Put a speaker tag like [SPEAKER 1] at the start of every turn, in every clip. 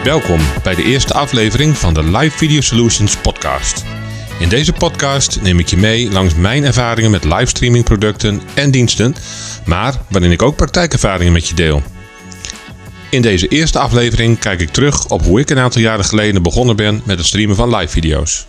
[SPEAKER 1] Welkom bij de eerste aflevering van de Live Video Solutions podcast. In deze podcast neem ik je mee langs mijn ervaringen met livestreaming producten en diensten, maar waarin ik ook praktijkervaringen met je deel. In deze eerste aflevering kijk ik terug op hoe ik een aantal jaren geleden begonnen ben met het streamen van live video's.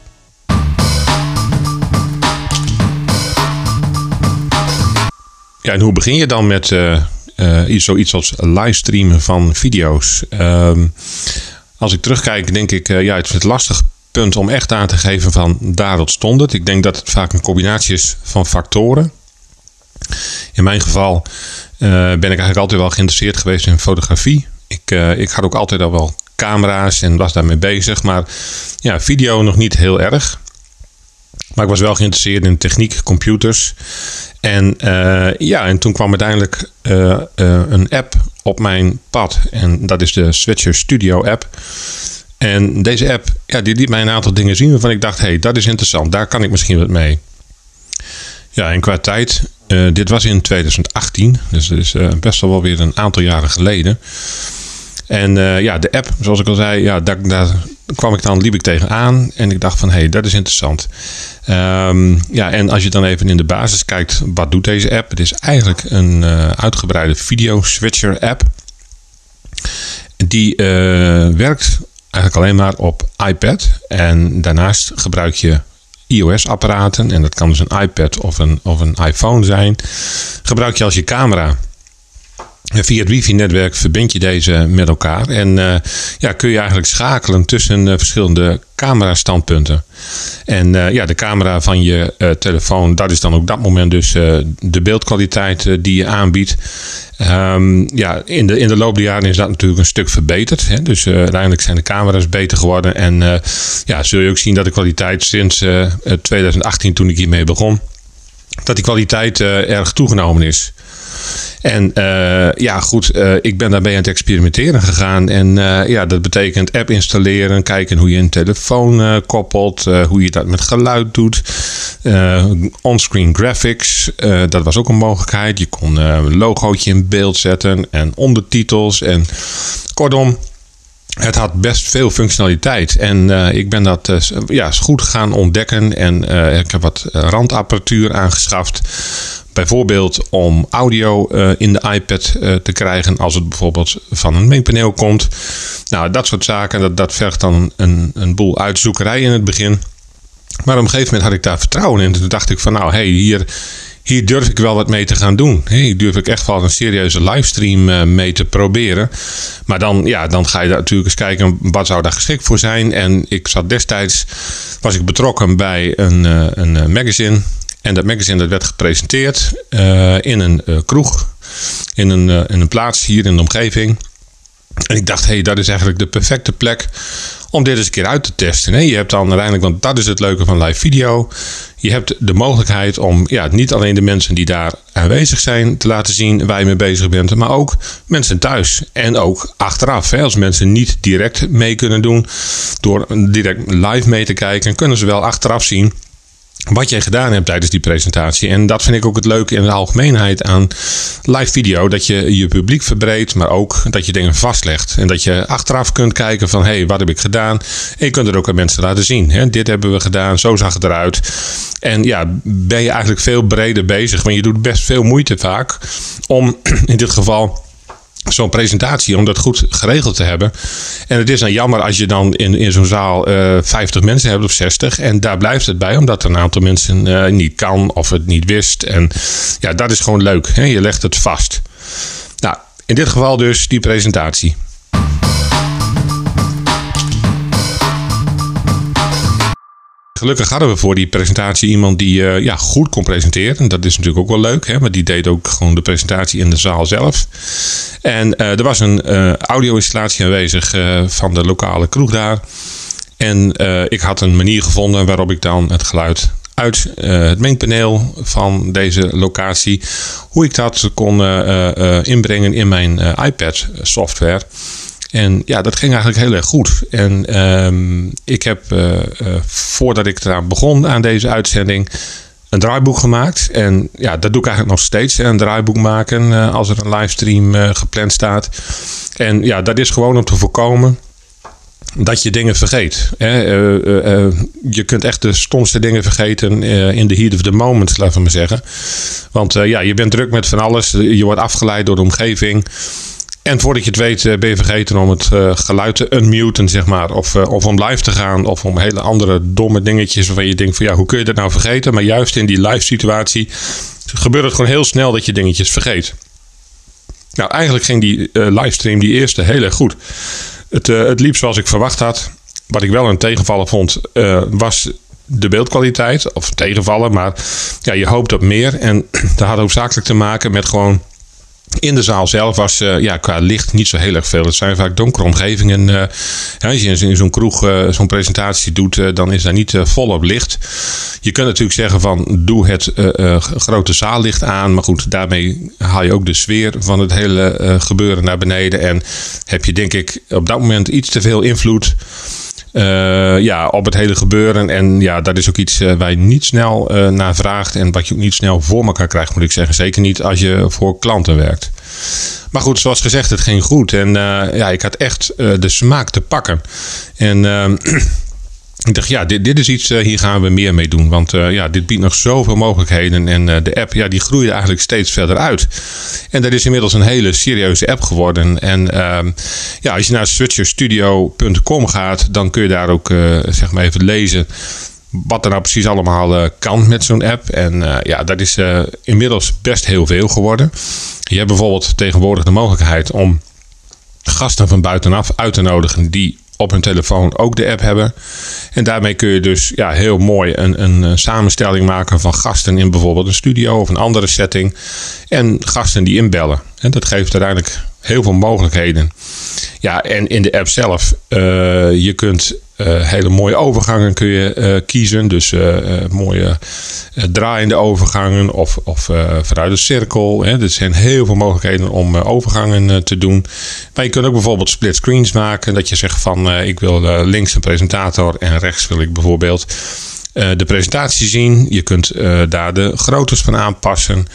[SPEAKER 1] Ja, en hoe begin je dan met zoiets als livestreamen van video's? Als ik terugkijk, denk ik, het is het lastig punt om echt aan te geven van daar wat stond het. Ik denk dat het vaak een combinatie is van factoren. In mijn geval ben ik eigenlijk altijd wel geïnteresseerd geweest in fotografie. Ik had ook altijd al wel camera's en was daarmee bezig. Maar ja, video nog niet heel erg. Maar ik was wel geïnteresseerd in techniek, computers. En toen kwam uiteindelijk een app op mijn pad. En dat is de Switcher Studio app. En deze app, die liet mij een aantal dingen zien waarvan ik dacht, dat is interessant. Daar kan ik misschien wat mee. Ja, en qua tijd, dit was in 2018. Dus dat is best wel weer een aantal jaren geleden. En de app, zoals ik al zei, daar liep ik tegenaan. En ik dacht van, dat is interessant. En als je dan even in de basis kijkt, wat doet deze app? Het is eigenlijk een uitgebreide video switcher app. Die werkt eigenlijk alleen maar op iPad. En daarnaast gebruik je iOS-apparaten. En dat kan dus een iPad of een iPhone zijn. Gebruik je als je camera. Via het wifi-netwerk verbind je deze met elkaar. En kun je eigenlijk schakelen tussen verschillende camerastandpunten. En de camera van je telefoon, dat is dan op dat moment dus de beeldkwaliteit die je aanbiedt. In de loop der jaren is dat natuurlijk een stuk verbeterd. Hè? Dus uiteindelijk zijn de camera's beter geworden. En zul je ook zien dat de kwaliteit sinds 2018, toen ik hiermee begon, dat die kwaliteit erg toegenomen is. En ik ben daarbij aan het experimenteren gegaan. En dat betekent app installeren, kijken hoe je een telefoon koppelt, hoe je dat met geluid doet. Onscreen graphics, dat was ook een mogelijkheid. Je kon een logootje in beeld zetten en ondertitels. En kortom, het had best veel functionaliteit. En ik ben dat goed gaan ontdekken. En ik heb wat randapparatuur aangeschaft. Bijvoorbeeld om audio in de iPad te krijgen als het bijvoorbeeld van een mengpaneel komt. Nou, dat soort zaken, dat vergt dan een boel uitzoekerij in het begin. Maar op een gegeven moment had ik daar vertrouwen in. Toen dacht ik van hier durf ik wel wat mee te gaan doen. Hier durf ik echt wel een serieuze livestream mee te proberen. Maar dan ga je daar natuurlijk eens kijken, wat zou daar geschikt voor zijn. En was ik betrokken bij een magazine. En dat magazine dat werd gepresenteerd in een kroeg, in een plaats hier in de omgeving. En ik dacht, dat is eigenlijk de perfecte plek om dit eens een keer uit te testen. Je hebt dan uiteindelijk, want dat is het leuke van live video, je hebt de mogelijkheid om niet alleen de mensen die daar aanwezig zijn te laten zien waar je mee bezig bent, maar ook mensen thuis. En ook achteraf. Als mensen niet direct mee kunnen doen, door direct live mee te kijken, kunnen ze wel achteraf zien wat jij gedaan hebt tijdens die presentatie. En dat vind ik ook het leuke in de algemeenheid aan live video. Dat je je publiek verbreedt, maar ook dat je dingen vastlegt. En dat je achteraf kunt kijken van, wat heb ik gedaan? En je kunt het ook aan mensen laten zien. Dit hebben we gedaan, zo zag het eruit. En ben je eigenlijk veel breder bezig. Want je doet best veel moeite vaak om in dit geval zo'n presentatie, om dat goed geregeld te hebben. En het is dan jammer als je dan in zo'n zaal 50 mensen hebt of 60. En daar blijft het bij, omdat een aantal mensen niet kan of het niet wist. En dat is gewoon leuk. Je legt het vast. Nou, in dit geval dus die presentatie. Gelukkig hadden we voor die presentatie iemand die goed kon presenteren. Dat is natuurlijk ook wel leuk. Maar die deed ook gewoon de presentatie in de zaal zelf. En er was een audio-installatie aanwezig van de lokale kroeg daar. En ik had een manier gevonden waarop ik dan het geluid uit het mengpaneel van deze locatie, hoe ik dat kon inbrengen in mijn iPad software. En dat ging eigenlijk heel erg goed. En ik heb, voordat ik eraan begon aan deze uitzending, een draaiboek gemaakt. En dat doe ik eigenlijk nog steeds. Een draaiboek maken als er een livestream gepland staat. En dat is gewoon om te voorkomen dat je dingen vergeet. Je kunt echt de stomste dingen vergeten in the heat of the moment, laten we maar zeggen. Want je bent druk met van alles. Je wordt afgeleid door de omgeving. En voordat je het weet ben je vergeten om het geluid te unmuten, zeg maar. Of om live te gaan. Of om hele andere domme dingetjes waarvan je denkt van hoe kun je dat nou vergeten? Maar juist in die live situatie gebeurt het gewoon heel snel dat je dingetjes vergeet. Nou, eigenlijk ging die livestream, die eerste, heel erg goed. Het liep zoals ik verwacht had. Wat ik wel een tegenvaller vond, was de beeldkwaliteit. Of tegenvallen, maar je hoopt op meer. En dat had hoofdzakelijk te maken met gewoon... In de zaal zelf was qua licht niet zo heel erg veel. Het zijn vaak donkere omgevingen. Als je in zo'n kroeg zo'n presentatie doet, dan is daar niet volop licht. Je kunt natuurlijk zeggen van doe het grote zaallicht aan. Maar goed, daarmee haal je ook de sfeer van het hele gebeuren naar beneden. En heb je denk ik op dat moment iets te veel invloed op het hele gebeuren. En dat is ook iets waar je niet snel naar vraagt. En wat je ook niet snel voor elkaar krijgt, moet ik zeggen. Zeker niet als je voor klanten werkt. Maar goed, zoals gezegd, het ging goed. En ik had echt de smaak te pakken. En ik dacht, dit is iets, hier gaan we meer mee doen. Want dit biedt nog zoveel mogelijkheden. En de app, die groeide eigenlijk steeds verder uit. En dat is inmiddels een hele serieuze app geworden. En als je naar switcherstudio.com gaat, dan kun je daar ook even lezen wat er nou precies allemaal kan met zo'n app. En dat is inmiddels best heel veel geworden. Je hebt bijvoorbeeld tegenwoordig de mogelijkheid om gasten van buitenaf uit te nodigen die op hun telefoon ook de app hebben. En daarmee kun je dus heel mooi een samenstelling maken van gasten in bijvoorbeeld een studio of een andere setting. En gasten die inbellen. En dat geeft uiteindelijk heel veel mogelijkheden. Ja, en in de app zelf, je kunt hele mooie overgangen kun je kiezen. Dus mooie draaiende overgangen of vanuit een cirkel. Hè. Er zijn heel veel mogelijkheden om overgangen te doen. Maar je kunt ook bijvoorbeeld split screens maken. Dat je zegt van ik wil links een presentator en rechts wil ik bijvoorbeeld de presentatie zien. Je kunt daar de groottes van aanpassen.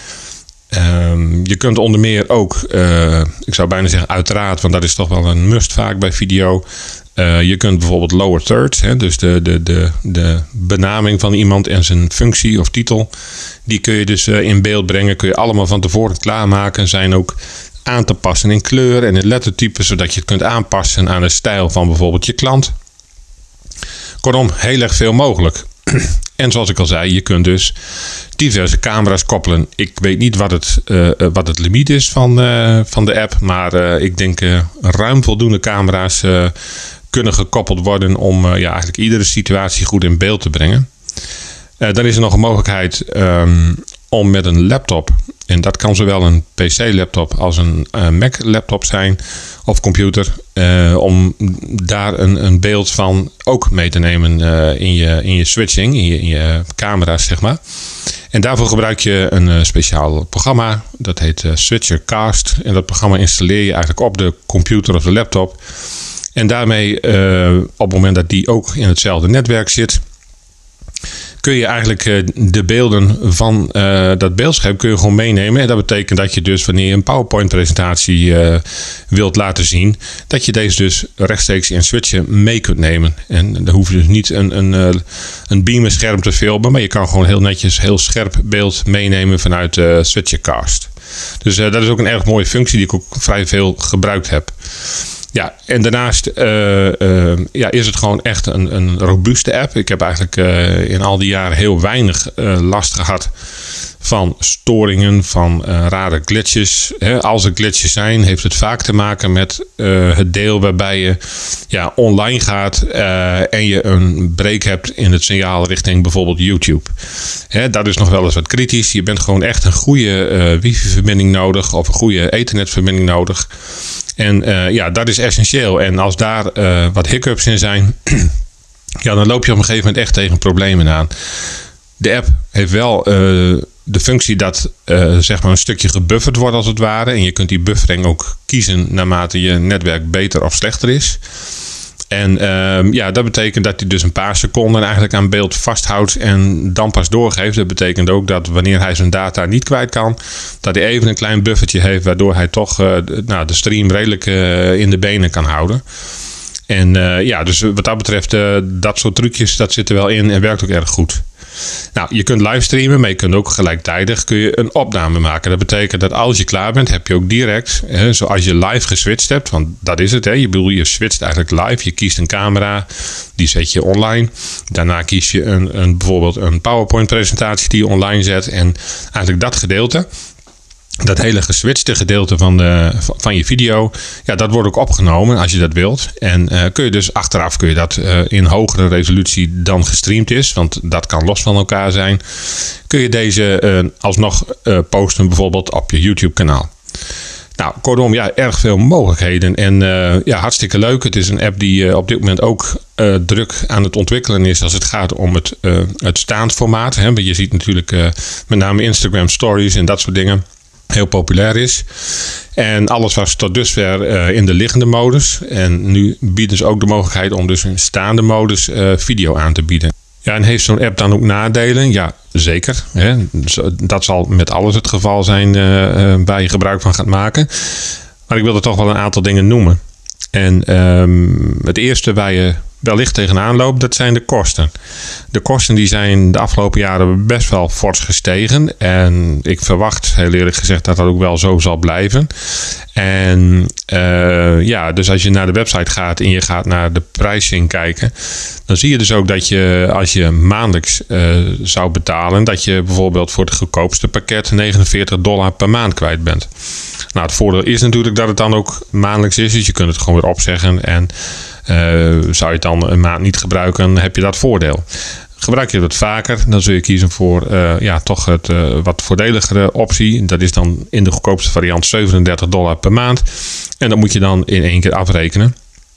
[SPEAKER 1] Je kunt onder meer ook, ik zou bijna zeggen uiteraard, want dat is toch wel een must vaak bij video. Je kunt bijvoorbeeld lower thirds, dus de benaming van iemand en zijn functie of titel, die kun je dus in beeld brengen. Kun je allemaal van tevoren klaarmaken. Zijn ook aan te passen in kleur en in lettertype, zodat je het kunt aanpassen aan de stijl van bijvoorbeeld je klant. Kortom, heel erg veel mogelijk. En zoals ik al zei, je kunt dus diverse camera's koppelen. Ik weet niet wat het limiet is van de app. Maar ik denk ruim voldoende camera's kunnen gekoppeld worden om eigenlijk iedere situatie goed in beeld te brengen. Dan is er nog een mogelijkheid om met een laptop, en dat kan zowel een PC-laptop als een Mac-laptop zijn of computer, om daar een beeld van ook mee te nemen in je switching, in je camera's, zeg maar. En daarvoor gebruik je een speciaal programma, dat heet Switchercast. En dat programma installeer je eigenlijk op de computer of de laptop. En daarmee, op het moment dat die ook in hetzelfde netwerk zit, kun je eigenlijk de beelden van dat beeldscherm kun je gewoon meenemen. En dat betekent dat je dus wanneer je een PowerPoint-presentatie wilt laten zien, dat je deze dus rechtstreeks in Switcher mee kunt nemen. En dan hoef je dus niet een beamerscherm te filmen, maar je kan gewoon heel netjes, heel scherp beeld meenemen vanuit Switchercast. Dus dat is ook een erg mooie functie die ik ook vrij veel gebruikt heb. Ja, en daarnaast is het gewoon echt een robuuste app. Ik heb eigenlijk in al die jaren heel weinig last gehad van storingen, van rare glitches. Als er glitches zijn, heeft het vaak te maken met het deel waarbij je online gaat en je een break hebt in het signaal richting bijvoorbeeld YouTube. Dat is nog wel eens wat kritisch. Je bent gewoon echt een goede wifi-verbinding nodig of een goede ethernet-verbinding nodig. En dat is essentieel. En als daar wat hiccups in zijn, dan loop je op een gegeven moment echt tegen problemen aan. De app heeft wel de functie dat zeg maar een stukje gebufferd wordt als het ware. En je kunt die buffering ook kiezen naarmate je netwerk beter of slechter is. En dat betekent dat hij dus een paar seconden eigenlijk aan beeld vasthoudt en dan pas doorgeeft. Dat betekent ook dat wanneer hij zijn data niet kwijt kan, dat hij even een klein buffertje heeft, waardoor hij toch de stream redelijk in de benen kan houden. En dus wat dat betreft, dat soort trucjes, dat zit er wel in en werkt ook erg goed. Nou, je kunt livestreamen, maar je kunt ook gelijktijdig een opname maken. Dat betekent dat als je klaar bent, heb je ook direct, zoals je live geswitcht hebt, want dat is het. Je switcht eigenlijk live. Je kiest een camera, die zet je online. Daarna kies je bijvoorbeeld een PowerPoint-presentatie die je online zet. En eigenlijk dat gedeelte, dat hele geswitchte gedeelte van je video, dat wordt ook opgenomen als je dat wilt. En kun je dus achteraf dat in hogere resolutie dan gestreamd is, want dat kan los van elkaar zijn, kun je deze alsnog posten bijvoorbeeld op je YouTube kanaal. Nou, kortom, erg veel mogelijkheden en hartstikke leuk. Het is een app die op dit moment ook druk aan het ontwikkelen is als het gaat om het staand formaat. Je ziet natuurlijk met name Instagram stories en dat soort dingen heel populair is. En alles was tot dusver in de liggende modus. En nu bieden ze ook de mogelijkheid om dus in staande modus video aan te bieden. Ja, en heeft zo'n app dan ook nadelen? Ja, zeker. Dat zal met alles het geval zijn waar je gebruik van gaat maken. Maar ik wil er toch wel een aantal dingen noemen. En het eerste waar je wellicht tegenaan loopt, dat zijn de kosten. De kosten die zijn de afgelopen jaren best wel fors gestegen. En ik verwacht, heel eerlijk gezegd, dat dat ook wel zo zal blijven. En dus als je naar de website gaat en je gaat naar de pricing kijken, dan zie je dus ook dat je, als je maandelijks zou betalen, dat je bijvoorbeeld voor het goedkoopste pakket $49 per maand kwijt bent. Nou, het voordeel is natuurlijk dat het dan ook maandelijks is. Dus je kunt het gewoon weer opzeggen. En zou je het dan een maand niet gebruiken, heb je dat voordeel. Gebruik je het vaker, dan zul je kiezen voor toch het wat voordeligere optie. Dat is dan in de goedkoopste variant $37 per maand. En dat moet je dan in 1 keer afrekenen.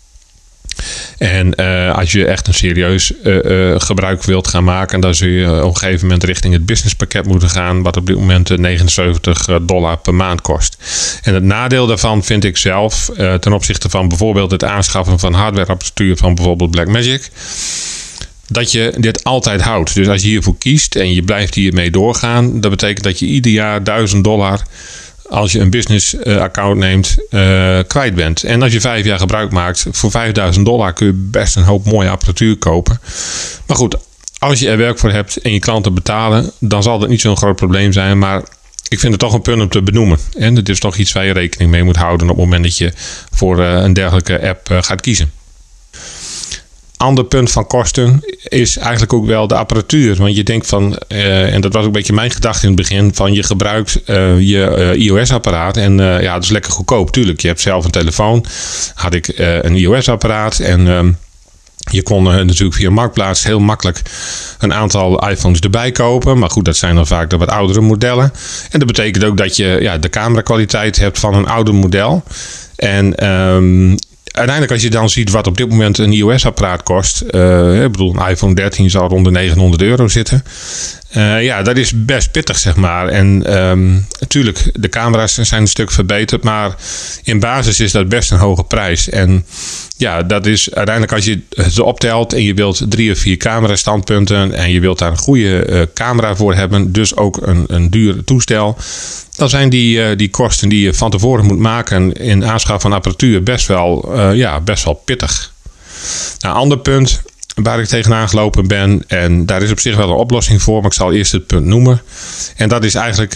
[SPEAKER 1] En als je echt een serieus gebruik wilt gaan maken, dan zul je op een gegeven moment richting het businesspakket moeten gaan, wat op dit moment $79 per maand kost. En het nadeel daarvan vind ik zelf, ten opzichte van bijvoorbeeld het aanschaffen van hardwareapparatuur van bijvoorbeeld Blackmagic, dat je dit altijd houdt. Dus als je hiervoor kiest en je blijft hiermee doorgaan, dat betekent dat je ieder jaar $1000, als je een business account neemt, kwijt bent. En als je 5 jaar gebruik maakt, voor $5000 kun je best een hoop mooie apparatuur kopen. Maar goed, als je er werk voor hebt en je klanten betalen, dan zal dat niet zo'n groot probleem zijn. Maar ik vind het toch een punt om te benoemen. En het is toch iets waar je rekening mee moet houden op het moment dat je voor een dergelijke app gaat kiezen. Ander punt van kosten is eigenlijk ook wel de apparatuur. Want je denkt van, en dat was ook een beetje mijn gedachte in het begin, van je gebruikt je iOS-apparaat en dat is lekker goedkoop. Tuurlijk, je hebt zelf een telefoon. Had ik een iOS-apparaat en je kon natuurlijk via Marktplaats heel makkelijk een aantal iPhones erbij kopen. Maar goed, dat zijn dan vaak de wat oudere modellen. En dat betekent ook dat je de camerakwaliteit hebt van een ouder model. En uiteindelijk, als je dan ziet wat op dit moment een iOS-apparaat kost. Ik bedoel, een iPhone 13 zal rond de €900 zitten. Dat is best pittig, zeg maar. En natuurlijk, de camera's zijn een stuk verbeterd. Maar in basis is dat best een hoge prijs. En dat is uiteindelijk, als je het optelt en je wilt 3 of 4 camera-standpunten en je wilt daar een goede camera voor hebben, dus ook een duur toestel, dan zijn die kosten die je van tevoren moet maken in aanschaf van apparatuur best wel pittig. Nou, ander punt waar ik tegenaan gelopen ben, en daar is op zich wel een oplossing voor, maar ik zal eerst het punt noemen. En dat is eigenlijk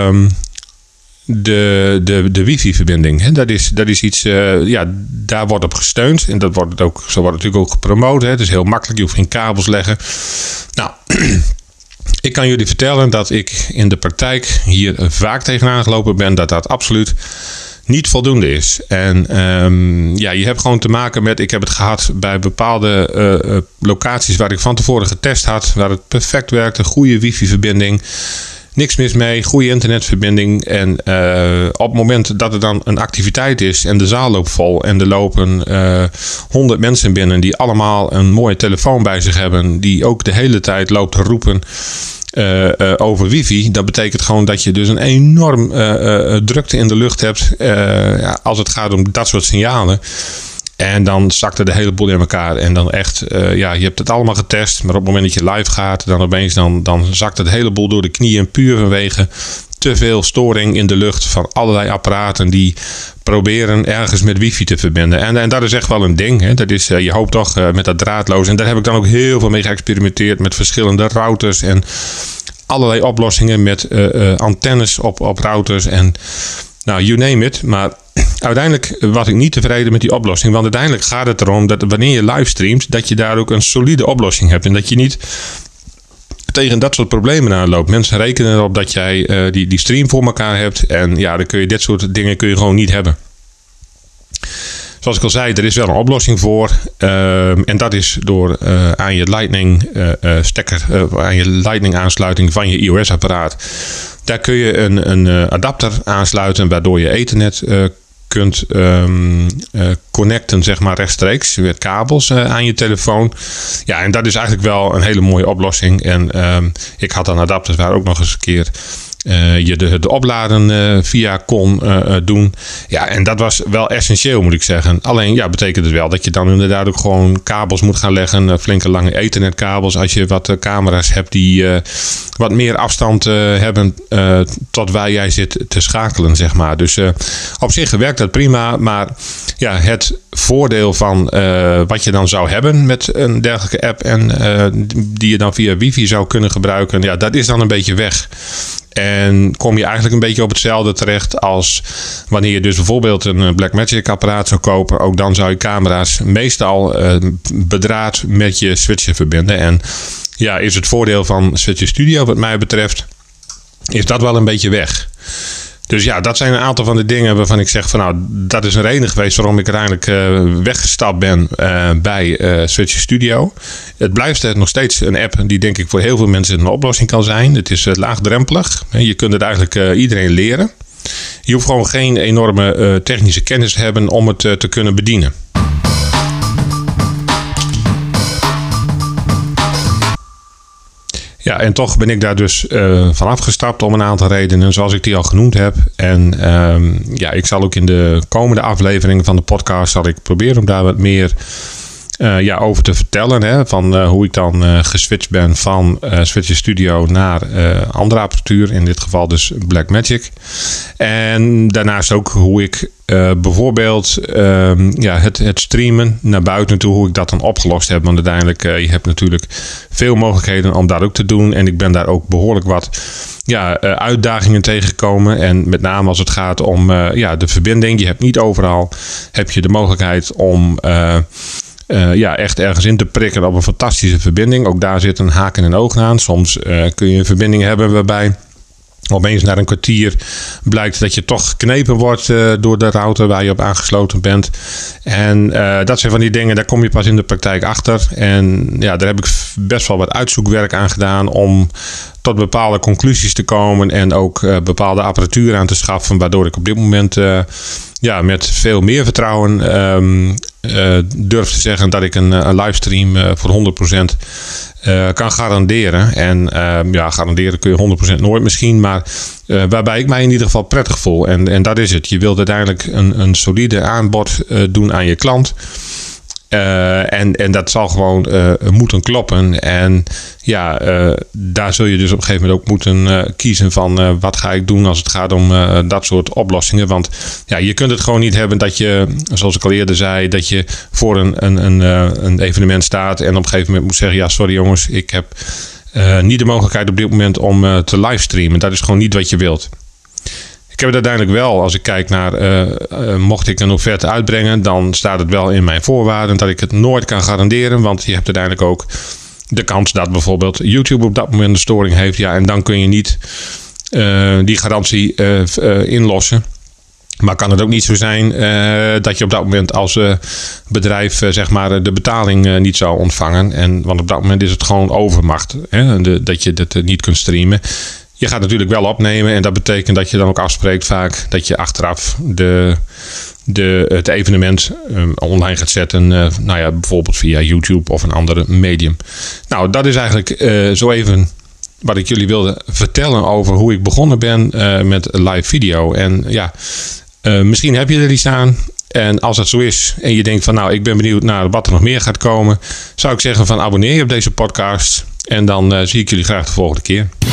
[SPEAKER 1] de wifi-verbinding. Dat is iets, daar wordt op gesteund. En zo wordt het natuurlijk ook gepromoot. Het is heel makkelijk, je hoeft geen kabels leggen. Nou, ik kan jullie vertellen dat ik in de praktijk hier vaak tegenaan gelopen ben dat dat absoluut niet voldoende is. En je hebt gewoon te maken met, ik heb het gehad bij bepaalde locaties waar ik van tevoren getest had, waar het perfect werkte, goede wifi-verbinding. Niks mis mee, goede internetverbinding. En op het moment dat er dan een activiteit is en de zaal loopt vol en er lopen 100 mensen binnen die allemaal een mooie telefoon bij zich hebben, die ook de hele tijd loopt te roepen over wifi. Dat betekent gewoon dat je dus een enorm drukte in de lucht hebt als het gaat om dat soort signalen. En dan zakte de hele boel in elkaar. En dan echt, je hebt het allemaal getest. Maar op het moment dat je live gaat, dan opeens dan zakt het hele boel door de knieën. Puur vanwege te veel storing in de lucht van allerlei apparaten die proberen ergens met wifi te verbinden. En dat is echt wel een ding. Hè. Dat is, je hoopt toch met dat draadloos. En daar heb ik dan ook heel veel mee geëxperimenteerd met verschillende routers en allerlei oplossingen met antennes op routers en nou, you name it. Maar uiteindelijk was ik niet tevreden met die oplossing. Want uiteindelijk gaat het erom dat wanneer je livestreamt, dat je daar ook een solide oplossing hebt. En dat je niet tegen dat soort problemen aanloopt. Mensen rekenen erop dat jij die stream voor elkaar hebt. En ja, dan kun je dit soort dingen kun je gewoon niet hebben. Zoals ik al zei, er is wel een oplossing voor. En dat is door aan je Lightning stekker, aan je Lightning aansluiting van je iOS-apparaat. Daar kun je een adapter aansluiten waardoor je Ethernet kunt connecten, zeg maar rechtstreeks met kabels aan je telefoon. Ja, en dat is eigenlijk wel een hele mooie oplossing. En ik had dan adapters waar ook nog eens een keer je de opladen via kon doen. Ja, en dat was wel essentieel, moet ik zeggen. Alleen, ja, betekent het wel dat je dan inderdaad ook gewoon kabels moet gaan leggen. Flinke lange ethernetkabels. Als je wat camera's hebt die wat meer afstand hebben tot waar jij zit te schakelen, zeg maar. Dus op zich werkt dat prima. Maar ja, het voordeel van wat je dan zou hebben met een dergelijke app en die je dan via wifi zou kunnen gebruiken, ja, dat is dan een beetje weg. En kom je eigenlijk een beetje op hetzelfde terecht als wanneer je dus bijvoorbeeld een Blackmagic apparaat zou kopen. Ook dan zou je camera's meestal bedraad met je switcher verbinden. En ja, is het voordeel van Switcher Studio wat mij betreft, is dat wel een beetje weg. Dus ja, dat zijn een aantal van de dingen waarvan ik zeg van nou, dat is een reden geweest waarom ik uiteindelijk weggestapt ben bij Switcher Studio. Het blijft nog steeds een app die denk ik voor heel veel mensen een oplossing kan zijn. Het is laagdrempelig. Je kunt het eigenlijk iedereen leren. Je hoeft gewoon geen enorme technische kennis te hebben om het te kunnen bedienen. Ja, en toch ben ik daar dus van afgestapt om een aantal redenen, zoals ik die al genoemd heb. En ik zal ook in de komende afleveringen van de podcast zal ik proberen om daar wat meer over te vertellen. Hè, van hoe ik dan geswitcht ben van Switcher Studio naar andere apparatuur. In dit geval dus Blackmagic. En daarnaast ook hoe ik bijvoorbeeld het streamen naar buiten toe, hoe ik dat dan opgelost heb. Want uiteindelijk, je hebt natuurlijk veel mogelijkheden om dat ook te doen. En ik ben daar ook behoorlijk wat uitdagingen tegengekomen. En met name als het gaat om de verbinding. Je hebt niet overal heb je de mogelijkheid om echt ergens in te prikken op een fantastische verbinding. Ook daar zit een haken en ogen aan. Soms kun je een verbinding hebben waarbij opeens na een kwartier blijkt dat je toch geknepen wordt door de router waar je op aangesloten bent. En dat zijn van die dingen, daar kom je pas in de praktijk achter. En ja, daar heb ik best wel wat uitzoekwerk aan gedaan om tot bepaalde conclusies te komen en ook bepaalde apparatuur aan te schaffen, waardoor ik op dit moment met veel meer vertrouwen durf te zeggen dat ik een livestream voor 100% kan garanderen. En garanderen kun je 100% nooit misschien, maar waarbij ik mij in ieder geval prettig voel. En dat is het. Je wilt uiteindelijk een solide aanbod doen aan je klant. En dat zal gewoon moeten kloppen. En daar zul je dus op een gegeven moment ook moeten kiezen van wat ga ik doen als het gaat om dat soort oplossingen. Want ja, je kunt het gewoon niet hebben dat je, zoals ik al eerder zei, dat je voor een evenement staat en op een gegeven moment moet zeggen, ja sorry jongens, ik heb niet de mogelijkheid op dit moment om te livestreamen. Dat is gewoon niet wat je wilt. Ik heb het uiteindelijk wel, als ik kijk naar, mocht ik een offerte uitbrengen, dan staat het wel in mijn voorwaarden dat ik het nooit kan garanderen. Want je hebt uiteindelijk ook de kans dat bijvoorbeeld YouTube op dat moment een storing heeft. Ja, en dan kun je niet die garantie inlossen. Maar kan het ook niet zo zijn dat je op dat moment als bedrijf de betaling niet zou ontvangen. Want op dat moment is het gewoon overmacht. Hè, dat je dat niet kunt streamen. Je gaat natuurlijk wel opnemen en dat betekent dat je dan ook afspreekt vaak dat je achteraf het evenement online gaat zetten. Bijvoorbeeld via YouTube of een andere medium. Nou, dat is eigenlijk zo even wat ik jullie wilde vertellen over hoe ik begonnen ben met live video. En misschien heb je er iets aan. En als dat zo is en je denkt van nou, ik ben benieuwd naar wat er nog meer gaat komen, zou ik zeggen van abonneer je op deze podcast. En dan zie ik jullie graag de volgende keer.